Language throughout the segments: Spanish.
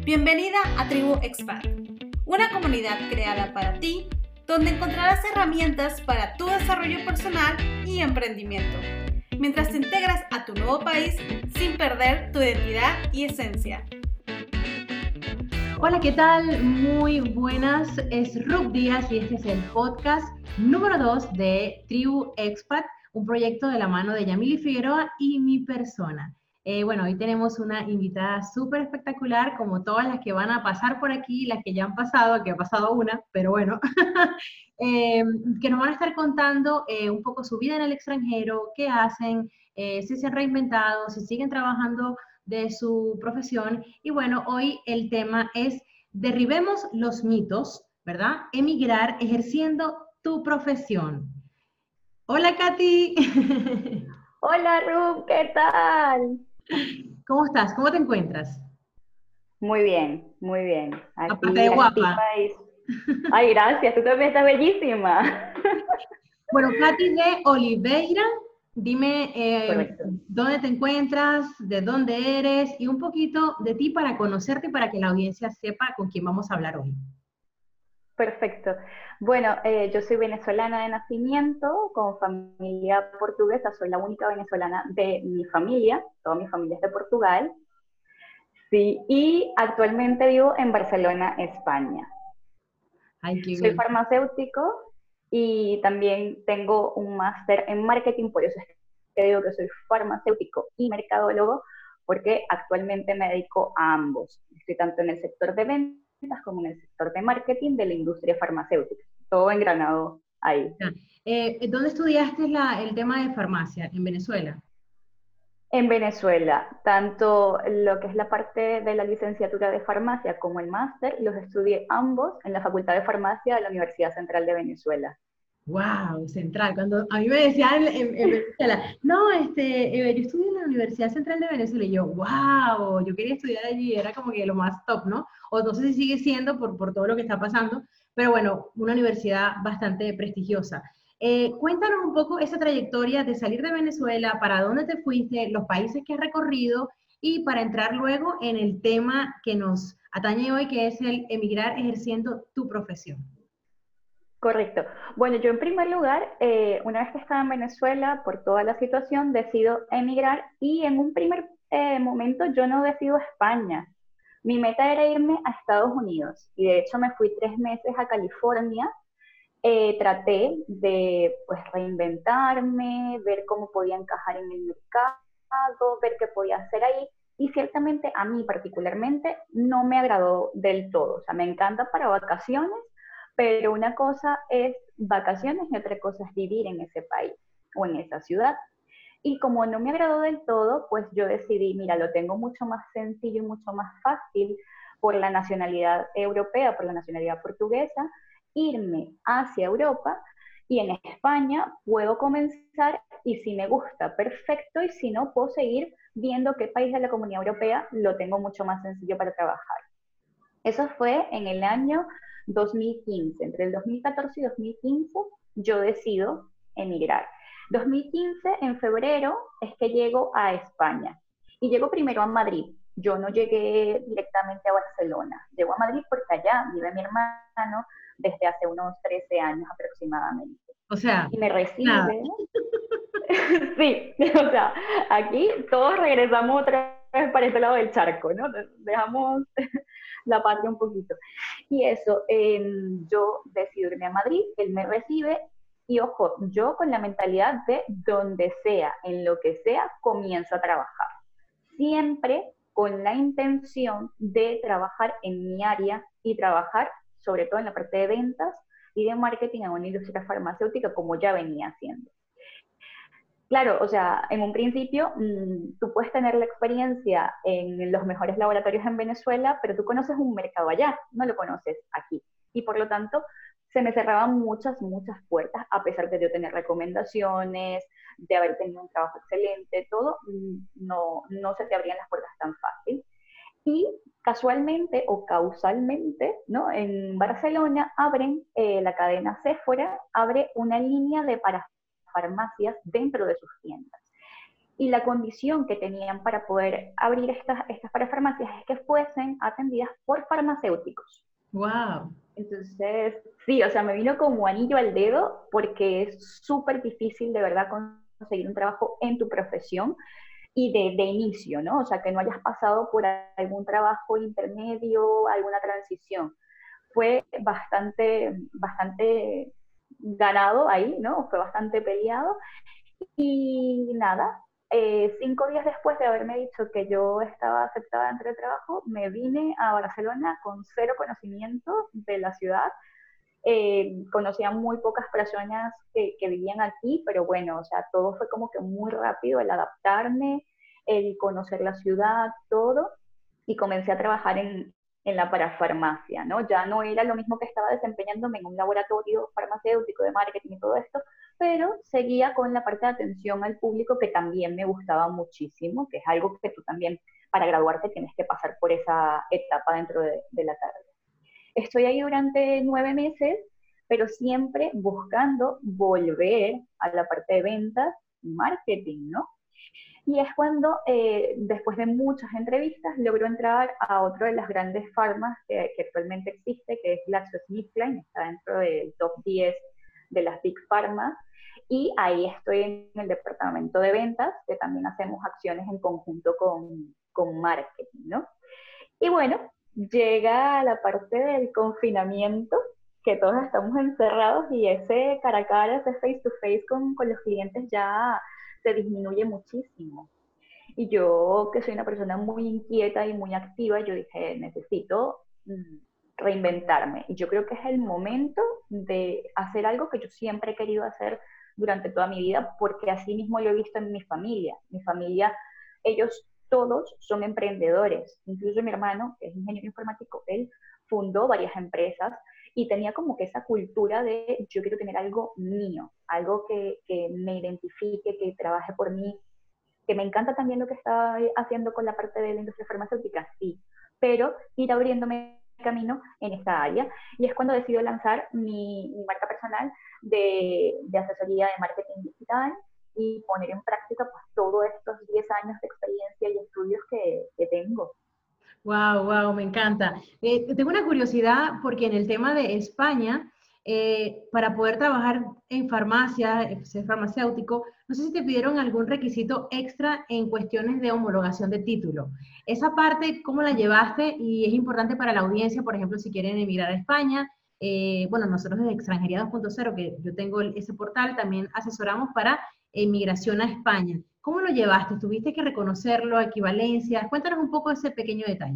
Bienvenida a Tribu Expat, una comunidad creada para ti, donde encontrarás herramientas para tu desarrollo personal y emprendimiento, mientras te integras a tu nuevo país sin perder tu identidad y esencia. Hola, ¿qué tal? Muy buenas, es Ruth Díaz y este es el podcast número 2 de Tribu Expat, un proyecto de la mano de Yamili Figueroa y mi persona. Hoy tenemos una invitada súper espectacular, como todas las que van a pasar por aquí, las que ya han pasado, que ha pasado una, pero bueno, que nos van a estar contando un poco su vida en el extranjero, qué hacen, si se han reinventado, si siguen trabajando de su profesión. Y bueno, hoy el tema es derribemos los mitos, ¿verdad? Emigrar ejerciendo tu profesión. Hola, Katy. Hola, Ru, ¿qué tal? ¿Cómo estás? ¿Cómo te encuentras? Muy bien, muy bien. Aparte de Aquí guapa. activa y... Ay, gracias, tú también estás bellísima. Bueno, Katy de Oliveira, dime Correcto. dónde te encuentras, de dónde eres y un poquito de ti para conocerte y para que la audiencia sepa con quién vamos a hablar hoy. Perfecto. Bueno, yo soy venezolana de nacimiento, con familia portuguesa, soy la única venezolana de mi familia, toda mi familia es de Portugal. Sí, y actualmente vivo en Barcelona, España. Ay, qué Soy bien. farmacéutico y también tengo un máster en marketing, por eso es que digo que soy farmacéutico y mercadólogo, porque actualmente me dedico a ambos. Estoy tanto en el sector de ventas como en el sector de marketing de la industria farmacéutica. Todo engranado ahí. ¿Dónde estudiaste el tema de farmacia? ¿En Venezuela? En Venezuela, tanto lo que es la parte de la licenciatura de farmacia como el máster, los estudié ambos en la Facultad de Farmacia de la Universidad Central de Venezuela. Wow, Central. Cuando a mí me decían en Venezuela, no, yo estudié en la Universidad Central de Venezuela, y yo, wow, yo quería estudiar allí, era como que lo más top, ¿no? O no sé si sigue siendo por todo lo que está pasando, pero bueno, una universidad bastante prestigiosa. Cuéntanos un poco esa trayectoria de salir de Venezuela, para dónde te fuiste, los países que has recorrido, y para entrar luego en el tema que nos atañe hoy, que es el emigrar ejerciendo tu profesión. Correcto. Bueno, yo en primer lugar, una vez que estaba en Venezuela, por toda la situación, decido emigrar y en un primer momento yo no decido España. Mi meta era irme a Estados Unidos y de hecho me fui 3 meses a California. Traté de pues reinventarme, ver cómo podía encajar en el mercado, ver qué podía hacer ahí y ciertamente a mí particularmente no me agradó del todo. O sea, me encanta para vacaciones, pero una cosa es vacaciones y otra cosa es vivir en ese país o en esa ciudad. Y como no me agradó del todo, pues yo decidí, mira, lo tengo mucho más sencillo y mucho más fácil por la nacionalidad europea, por la nacionalidad portuguesa, irme hacia Europa y en España puedo comenzar y si me gusta, perfecto, y si no, puedo seguir viendo qué país de la Comunidad Europea lo tengo mucho más sencillo para trabajar. Eso fue en el año 2015. Entre el 2014 y 2015 yo decido emigrar. 2015, en febrero, es que llego a España. Y llego primero a Madrid. Yo no llegué directamente a Barcelona. Llego a Madrid porque allá vive mi hermano desde hace unos 13 años aproximadamente. O sea, Y me nada. recibe. Sí, o sea, aquí todos regresamos otra vez para este lado del charco, ¿no? Dejamos la patria un poquito. Y eso, yo decido irme a Madrid, él me recibe y ojo, yo con la mentalidad de donde sea, en lo que sea, comienzo a trabajar. Siempre con la intención de trabajar en mi área y trabajar sobre todo en la parte de ventas y de marketing en una industria farmacéutica como ya venía haciendo. Claro, o sea, en un principio tú puedes tener la experiencia en los mejores laboratorios en Venezuela, pero tú conoces un mercado allá, no lo conoces aquí. Y por lo tanto, se me cerraban muchas puertas, a pesar de yo tener recomendaciones, de haber tenido un trabajo excelente, todo, no se te abrían las puertas tan fácil. Y casualmente o causalmente, ¿no? En Barcelona abren la cadena Sephora, abre una línea de parafarmacias dentro de sus tiendas. y la condición que tenían para poder abrir estas parafarmacias es que fuesen atendidas por farmacéuticos. Wow. Entonces, sí, o sea, me vino como anillo al dedo porque es súper difícil de verdad conseguir un trabajo en tu profesión y de inicio, ¿no? O sea, que no hayas pasado por algún trabajo intermedio, alguna transición. Fue bastante ganado ahí, ¿no? Fue bastante peleado. Y nada, 5 días después de haberme dicho que yo estaba aceptada dentro del trabajo, me vine a Barcelona con cero conocimiento de la ciudad. Conocía muy pocas personas que vivían aquí, pero bueno, o sea, todo fue como que muy rápido, el adaptarme, el conocer la ciudad, todo, y comencé a trabajar en la parafarmacia, ¿no? Ya no era lo mismo que estaba desempeñándome en un laboratorio farmacéutico de marketing y todo esto, pero seguía con la parte de atención al público que también me gustaba muchísimo, que es algo que tú también para graduarte tienes que pasar por esa etapa dentro de la carrera. Estoy ahí durante 9 meses, pero siempre buscando volver a la parte de ventas y marketing, ¿no? Y es cuando, después de muchas entrevistas, logro entrar a otro de las grandes farmas que actualmente existe, que es GlaxoSmithKline, está dentro del top 10 de las Big Pharma, y ahí estoy en el departamento de ventas, que también hacemos acciones en conjunto con marketing, ¿no? Y bueno, llega la parte del confinamiento, que todos estamos encerrados y ese cara a cara, ese face to face con los clientes ya se disminuye muchísimo. Y yo, que soy una persona muy inquieta y muy activa, yo dije, necesito reinventarme. Y yo creo que es el momento de hacer algo que yo siempre he querido hacer durante toda mi vida, porque así mismo lo he visto en mi familia. Mi familia, ellos todos son emprendedores. Incluso mi hermano, que es ingeniero informático, él fundó varias empresas y tenía como que esa cultura de yo quiero tener algo mío, algo que me identifique, que trabaje por mí, que me encanta también lo que está haciendo con la parte de la industria farmacéutica, sí, pero ir abriéndome camino en esta área. Y es cuando decido lanzar mi marca personal de asesoría de marketing digital y poner en práctica pues todos estos 10 años de experiencia y estudios que tengo. Wow, wow, me encanta. Tengo una curiosidad porque en el tema de España, para poder trabajar en farmacia, ser farmacéutico, no sé si te pidieron algún requisito extra en cuestiones de homologación de título. Esa parte, ¿cómo la llevaste? Y es importante para la audiencia, por ejemplo, si quieren emigrar a España. Bueno, nosotros desde Extranjería 2.0, que yo tengo ese portal, también asesoramos para emigración a España. ¿Cómo lo llevaste? ¿Tuviste que reconocerlo, equivalencias? Cuéntanos un poco ese pequeño detalle.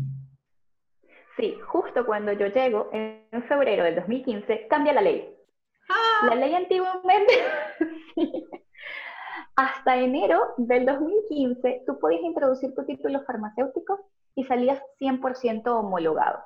Sí, justo cuando yo llego, en febrero del 2015, cambia la ley. ¡Ah! La ley antiguamente, sí, hasta enero del 2015, tú podías introducir tu título farmacéutico y salías 100% homologado.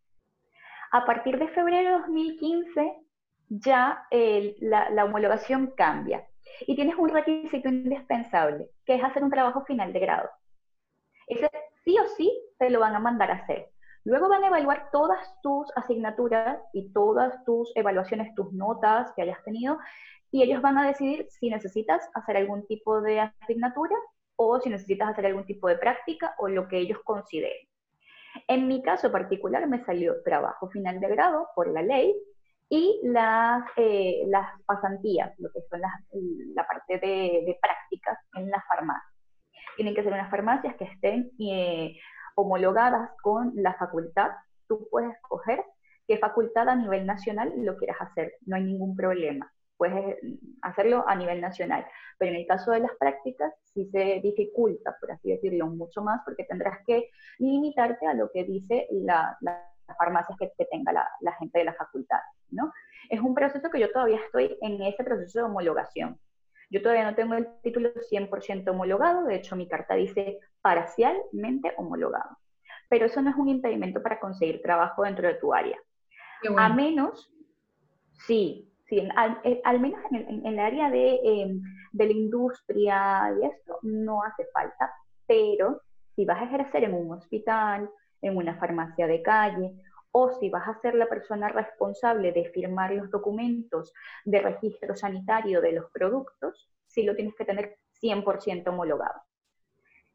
A partir de febrero de 2015, ya la homologación cambia. Y tienes un requisito indispensable, que es hacer un trabajo final de grado. Ese sí o sí te lo van a mandar a hacer. Luego van a evaluar todas tus asignaturas y todas tus evaluaciones, tus notas que hayas tenido, y ellos van a decidir si necesitas hacer algún tipo de asignatura o si necesitas hacer algún tipo de práctica o lo que ellos consideren. En mi caso particular me salió trabajo final de grado por la ley y las pasantías, lo que son la parte de prácticas en la farmacia. Tienen que ser unas farmacias que estén homologadas con la facultad. Tú puedes escoger qué facultad a nivel nacional lo quieras hacer, no hay ningún problema. Puedes hacerlo a nivel nacional, pero en el caso de las prácticas sí se dificulta, por así decirlo, mucho más, porque tendrás que limitarte a lo que dice las farmacias que tenga la gente de la facultad, ¿no? Es un proceso que yo todavía estoy en ese proceso de homologación. Yo todavía no tengo el título 100% homologado, de hecho mi carta dice parcialmente homologado, pero eso no es un impedimento para conseguir trabajo dentro de tu área. Qué bueno. A menos, sí, al menos en el área de la industria y esto no hace falta, pero si vas a ejercer en un hospital, en una farmacia de calle, o si vas a ser la persona responsable de firmar los documentos de registro sanitario de los productos, sí lo tienes que tener 100% homologado.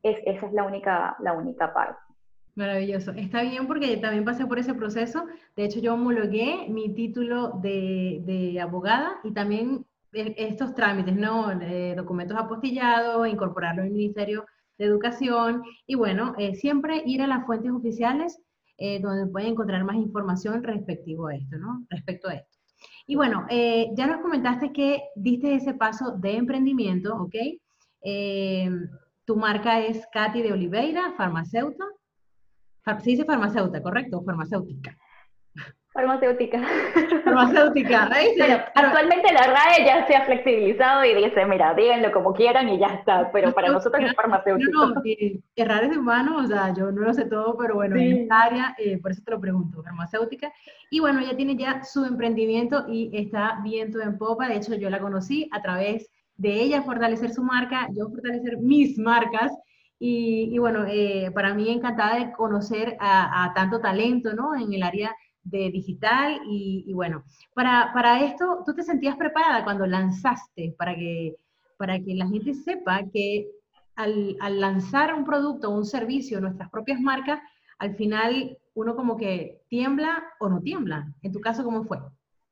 esa es la única parte. Maravilloso. Está bien porque también pasé por ese proceso. De hecho, yo homologué mi título de abogada y también estos trámites, ¿no? Documentos apostillados, incorporarlo al Ministerio de Educación y bueno, siempre ir a las fuentes oficiales donde pueden encontrar más información respectivo a esto, ¿no? Respecto a esto. Y bueno, ya nos comentaste que diste ese paso de emprendimiento, ¿ok? Eh, Tu marca es Katy de Oliveira, farmacéutica. Se dice farmacéutica, ¿correcto? Farmacéutica. Farmacéutica. Farmacéutica, ¿veis? Bueno, Claro, actualmente la RAE ya se ha flexibilizado y dice, mira, díganlo como quieran y ya está, pero para nosotros es farmacéutico. no, errar es humano, o sea, yo no lo sé todo, pero bueno, en esta Sí. área, por eso te lo pregunto, farmacéutica. Y bueno, ella tiene ya su emprendimiento y está viento en popa. De hecho, yo la conocí a través de ella fortalecer su marca, yo fortalecer mis marcas. Y bueno, para mí encantada de conocer a tanto talento, ¿no? En el área de digital y bueno, para esto, ¿tú te sentías preparada cuando lanzaste para que la gente sepa que al lanzar un producto o un servicio, nuestras propias marcas, al final uno como que tiembla o no tiembla? En tu caso, ¿cómo fue?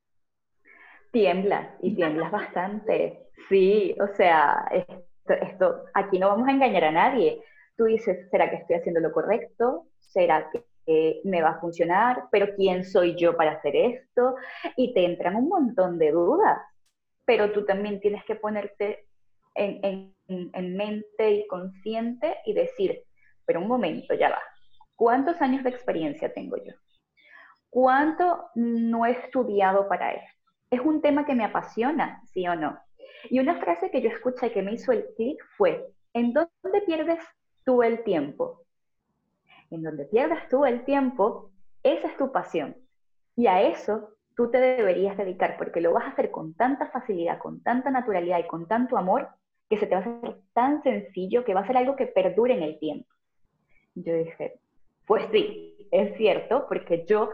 Tiemblas y tiemblas bastante. Sí, o sea, aquí no vamos a engañar a nadie. Tú dices, ¿será que estoy haciendo lo correcto? ¿Será que me va a funcionar? ¿Pero quién soy yo para hacer esto? Y te entran un montón de dudas, pero tú también tienes que ponerte en mente y consciente y decir, pero un momento, ya va. ¿Cuántos años de experiencia tengo yo? ¿Cuánto no he estudiado para esto? ¿Es un tema que me apasiona, sí o no? Y una frase que yo escuché que me hizo el clic fue, ¿en dónde pierdes tú el tiempo? En donde pierdas tú el tiempo, esa es tu pasión. Y a eso tú te deberías dedicar, porque lo vas a hacer con tanta facilidad, con tanta naturalidad y con tanto amor, que se te va a hacer tan sencillo que va a ser algo que perdure en el tiempo. Yo dije, pues sí, es cierto, porque yo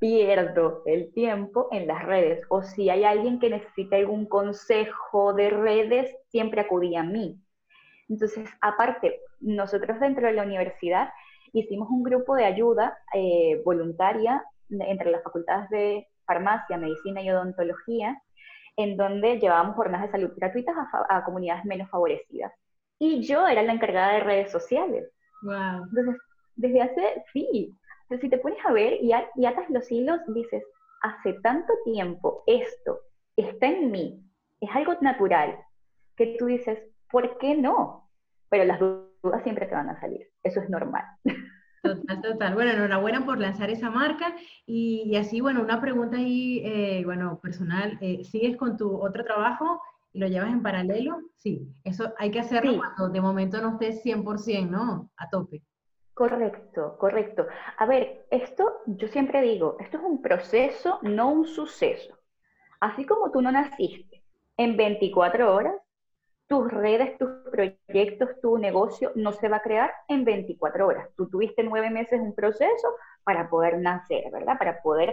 pierdo el tiempo en las redes, o si hay alguien que necesita algún consejo de redes, siempre acudía a mí. Entonces, aparte, nosotros dentro de la universidad hicimos un grupo de ayuda voluntaria entre las facultades de farmacia, medicina y odontología, en donde llevábamos jornadas de salud gratuitas a comunidades menos favorecidas. Y yo era la encargada de redes sociales. Wow. Entonces, desde hace, sí, entonces, si te pones a ver y atas los hilos, dices, hace tanto tiempo esto está en mí, es algo natural, que tú dices, ¿por qué no? Pero las dudas siempre te van a salir, eso es normal. Total, total. Bueno, enhorabuena por lanzar esa marca y así, bueno, una pregunta ahí, bueno, personal, ¿sigues con tu otro trabajo y lo llevas en paralelo? Sí, eso hay que hacerlo Sí, cuando de momento no estés 100%, ¿no? A tope. correcto, correcto. A ver, esto yo siempre digo, esto es un proceso, no un suceso. Así como tú no naciste en 24 horas, tus redes, tus proyectos, tu negocio no se va a crear en 24 horas. Tú tuviste 9 meses un proceso para poder nacer, ¿verdad? Para poder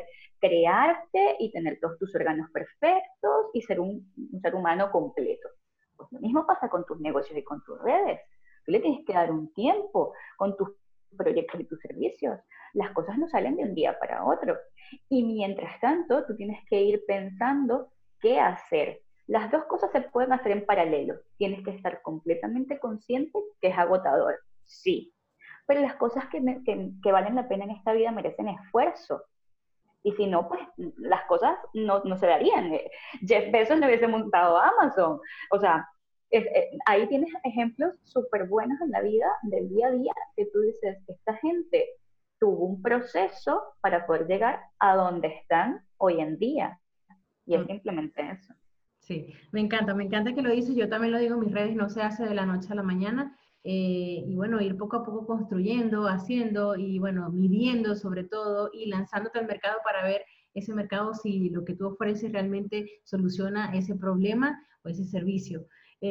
crearte y tener todos tus órganos perfectos y ser un ser humano completo. Pues lo mismo pasa con tus negocios y con tus redes. Tú le tienes que dar un tiempo con tus proyectos y tus servicios. Las cosas no salen de un día para otro. Y mientras tanto, tú tienes que ir pensando qué hacer. Las dos cosas se pueden hacer en paralelo. Tienes que estar completamente consciente que es agotador, sí. Pero las cosas que valen la pena en esta vida merecen esfuerzo. Y si no, pues las cosas no se darían. Jeff Bezos no hubiese montado Amazon. O sea, ahí tienes ejemplos súper buenos en la vida, del día a día, que tú dices, esta gente tuvo un proceso para poder llegar a donde están hoy en día. Y es simplemente eso. Sí, me encanta que lo dices, yo también lo digo en mis redes, no se hace de la noche a la mañana, y bueno, ir poco a poco construyendo, haciendo y bueno, midiendo sobre todo y lanzándote al mercado para ver ese mercado si lo que tú ofreces realmente soluciona ese problema o ese servicio.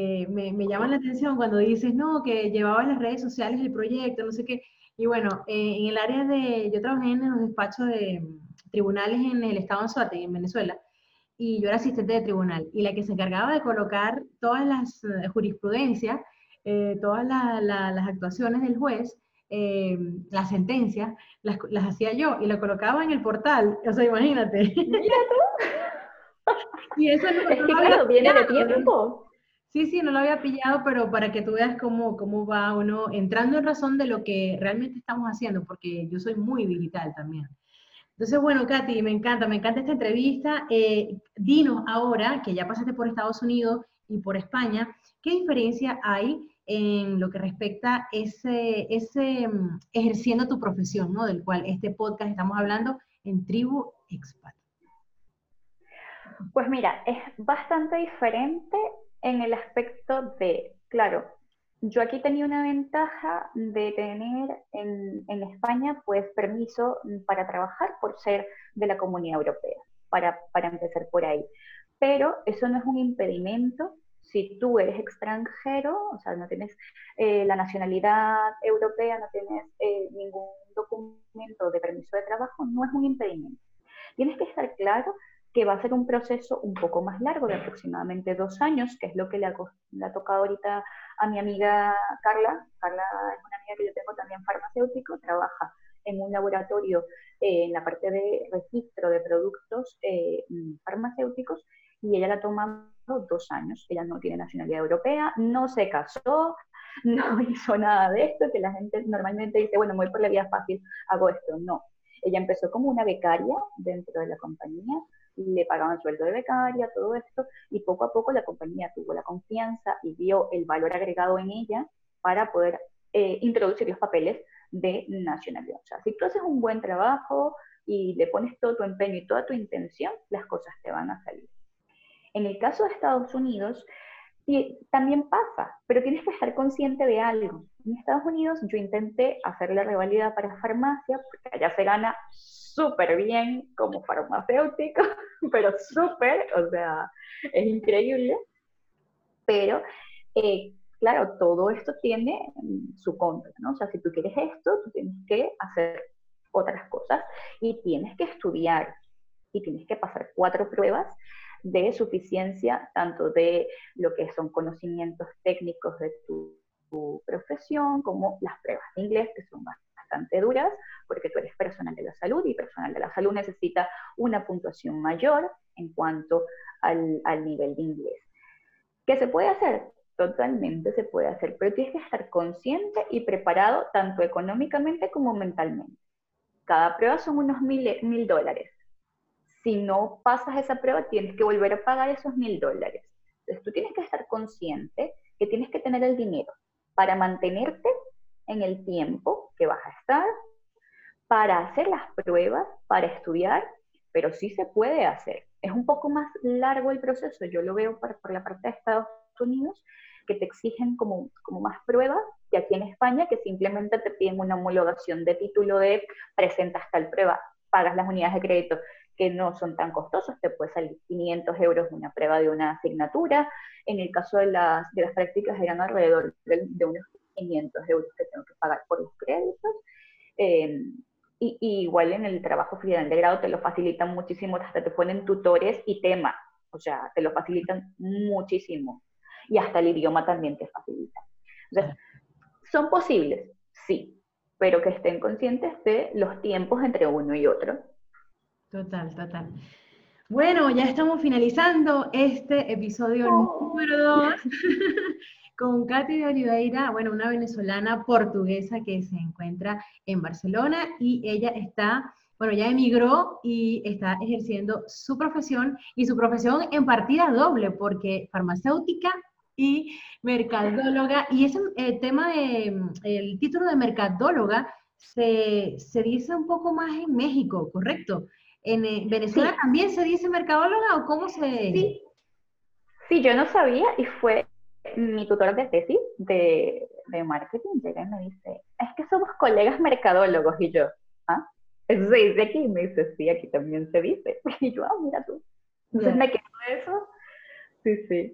Me llama la atención cuando dices, no, que llevabas las redes sociales el proyecto, no sé qué, y bueno, en el área yo trabajé en los despachos de tribunales en el estado de Anzoátegui, en Venezuela, y yo era asistente de tribunal, y la que se encargaba de colocar todas las jurisprudencias todas las actuaciones del juez, las sentencias, las hacía yo y lo colocaba en el portal, o sea, imagínate. Mira tú, Y eso es no que lo había claro, viene de pillado, ¿no? tiempo. Sí, sí, no lo había pillado, pero para que tú veas cómo va uno entrando en razón de lo que realmente estamos haciendo, porque yo soy muy digital también. Entonces, bueno, Katy, me encanta esta entrevista. Dinos ahora, que ya pasaste por Estados Unidos y por España, ¿qué diferencia hay en lo que respecta a ejerciendo tu profesión, ¿no? Del cual este podcast estamos hablando en Tribu Expat. Pues mira, es bastante diferente en el aspecto de, claro, yo aquí tenía una ventaja de tener en España pues permiso para trabajar por ser de la Comunidad Europea, para empezar por ahí. Pero eso no es un impedimento si tú eres extranjero, o sea, no tienes la nacionalidad europea, no tienes ningún documento de permiso de trabajo, no es un impedimento. Tienes que estar claro que va a ser un proceso un poco más largo, de aproximadamente 2 años, que es lo que le ha tocado ahorita a mi amiga Carla. Carla es una amiga que yo tengo también farmacéutico, trabaja en un laboratorio en la parte de registro de productos farmacéuticos, y ella la ha tomado 2 años. Ella no tiene nacionalidad europea, no se casó, no hizo nada de esto, que la gente normalmente dice, bueno, me voy por la vía fácil, hago esto. No. Ella empezó como una becaria dentro de la compañía, le pagaban sueldo de becaria, todo esto, y poco a poco la compañía tuvo la confianza y vio el valor agregado en ella para poder introducir los papeles de nacionalidad. O sea, si tú haces un buen trabajo y le pones todo tu empeño y toda tu intención, las cosas te van a salir. En el caso de Estados Unidos, también pasa, pero tienes que estar consciente de algo. En Estados Unidos yo intenté hacer la revalida para farmacia, porque allá se gana súper bien como farmacéutico, pero súper, o sea, es increíble. Pero, claro, todo esto tiene su contra, ¿no? O sea, si tú quieres esto, tú tienes que hacer otras cosas y tienes que estudiar y tienes que pasar 4 pruebas de suficiencia, tanto de lo que son conocimientos técnicos de tu profesión, como las pruebas de inglés, que son bastante duras, porque tú eres personal de la salud y personal de la salud necesita una puntuación mayor en cuanto al nivel de inglés. ¿Qué se puede hacer? Totalmente se puede hacer, pero tienes que estar consciente y preparado tanto económicamente como mentalmente. Cada prueba son unos $1,000. Si no pasas esa prueba, tienes que volver a pagar esos $1,000. Entonces tú tienes que estar consciente que tienes que tener el dinero para mantenerte en el tiempo que vas a estar, para hacer las pruebas, para estudiar, pero sí se puede hacer. Es un poco más largo el proceso, yo lo veo por la parte de Estados Unidos, que te exigen como más pruebas, y aquí en España que simplemente te piden una homologación de título de presentas tal prueba, pagas las unidades de crédito, que no son tan costosos, te puede salir 500 euros una prueba de una asignatura. En el caso de las prácticas eran alrededor de unos 500 euros que tengo que pagar por los créditos. Y igual en el trabajo final de grado te lo facilitan muchísimo, hasta te ponen tutores y tema, o sea, te lo facilitan muchísimo. Y hasta el idioma también te facilita. Entonces, ¿son posibles? Sí, pero que estén conscientes de los tiempos entre uno y otro. Total, total. Bueno, ya estamos finalizando este episodio número 2 con Katy de Oliveira, bueno, una venezolana portuguesa que se encuentra en Barcelona, y ella está, bueno, ya emigró y está ejerciendo su profesión, y su profesión en partida doble, porque farmacéutica y mercadóloga. Y ese tema el título de mercadóloga se dice un poco más en México, ¿correcto? ¿En Venezuela Sí, también se dice mercadóloga o cómo se...? sí, sí, yo no sabía, y fue mi tutor de tesis de marketing, llega y me dice, es que somos colegas mercadólogos, y yo, ¿ah? ¿Eso se dice aquí? Y me dice, sí, aquí también se dice. Y yo, mira tú. Entonces Ya. me quedo de eso. Sí, sí.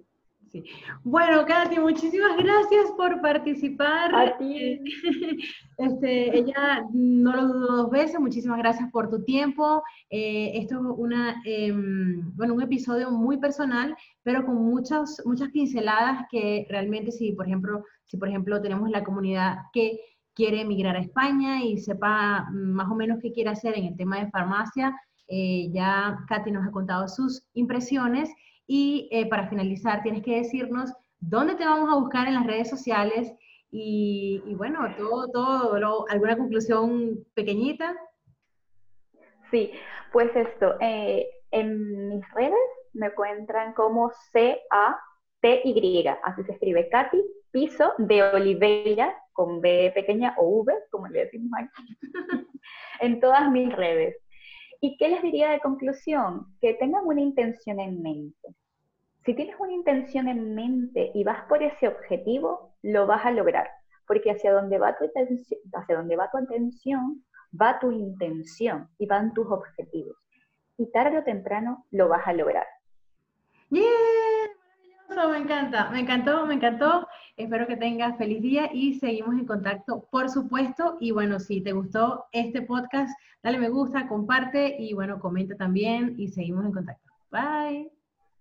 Sí. Bueno, Katy, muchísimas gracias por participar. A ti. Ella no lo dudó dos veces. Muchísimas gracias por tu tiempo. Esto es un episodio muy personal, pero con muchas pinceladas que realmente si por ejemplo tenemos la comunidad que quiere emigrar a España y sepa más o menos qué quiere hacer en el tema de farmacia, ya Katy nos ha contado sus impresiones. Y para finalizar, tienes que decirnos dónde te vamos a buscar en las redes sociales y bueno, alguna conclusión pequeñita. Sí, pues esto, en mis redes me encuentran como CATY, así se escribe Katy, Piso de Oliveira, con B pequeña o V, como le decimos aquí, en todas mis redes. ¿Y qué les diría de conclusión? Que tengan una intención en mente. Si tienes una intención en mente y vas por ese objetivo, lo vas a lograr, porque hacia donde va tu atención, va tu intención y van tus objetivos. Y tarde o temprano lo vas a lograr. ¡Yeah! Maravilloso, me encantó. Espero que tengas feliz día y seguimos en contacto, por supuesto. Y bueno, si te gustó este podcast, dale me gusta, comparte y bueno, comenta también y seguimos en contacto. Bye.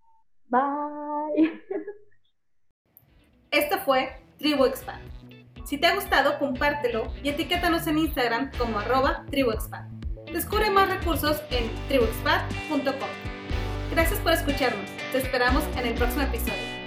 Bye. Esto fue Tribu Expat. Si te ha gustado, compártelo y etiquétanos en Instagram como @tribuexpat. Descubre más recursos en tribuexpat.com. Gracias por escucharnos. Te esperamos en el próximo episodio.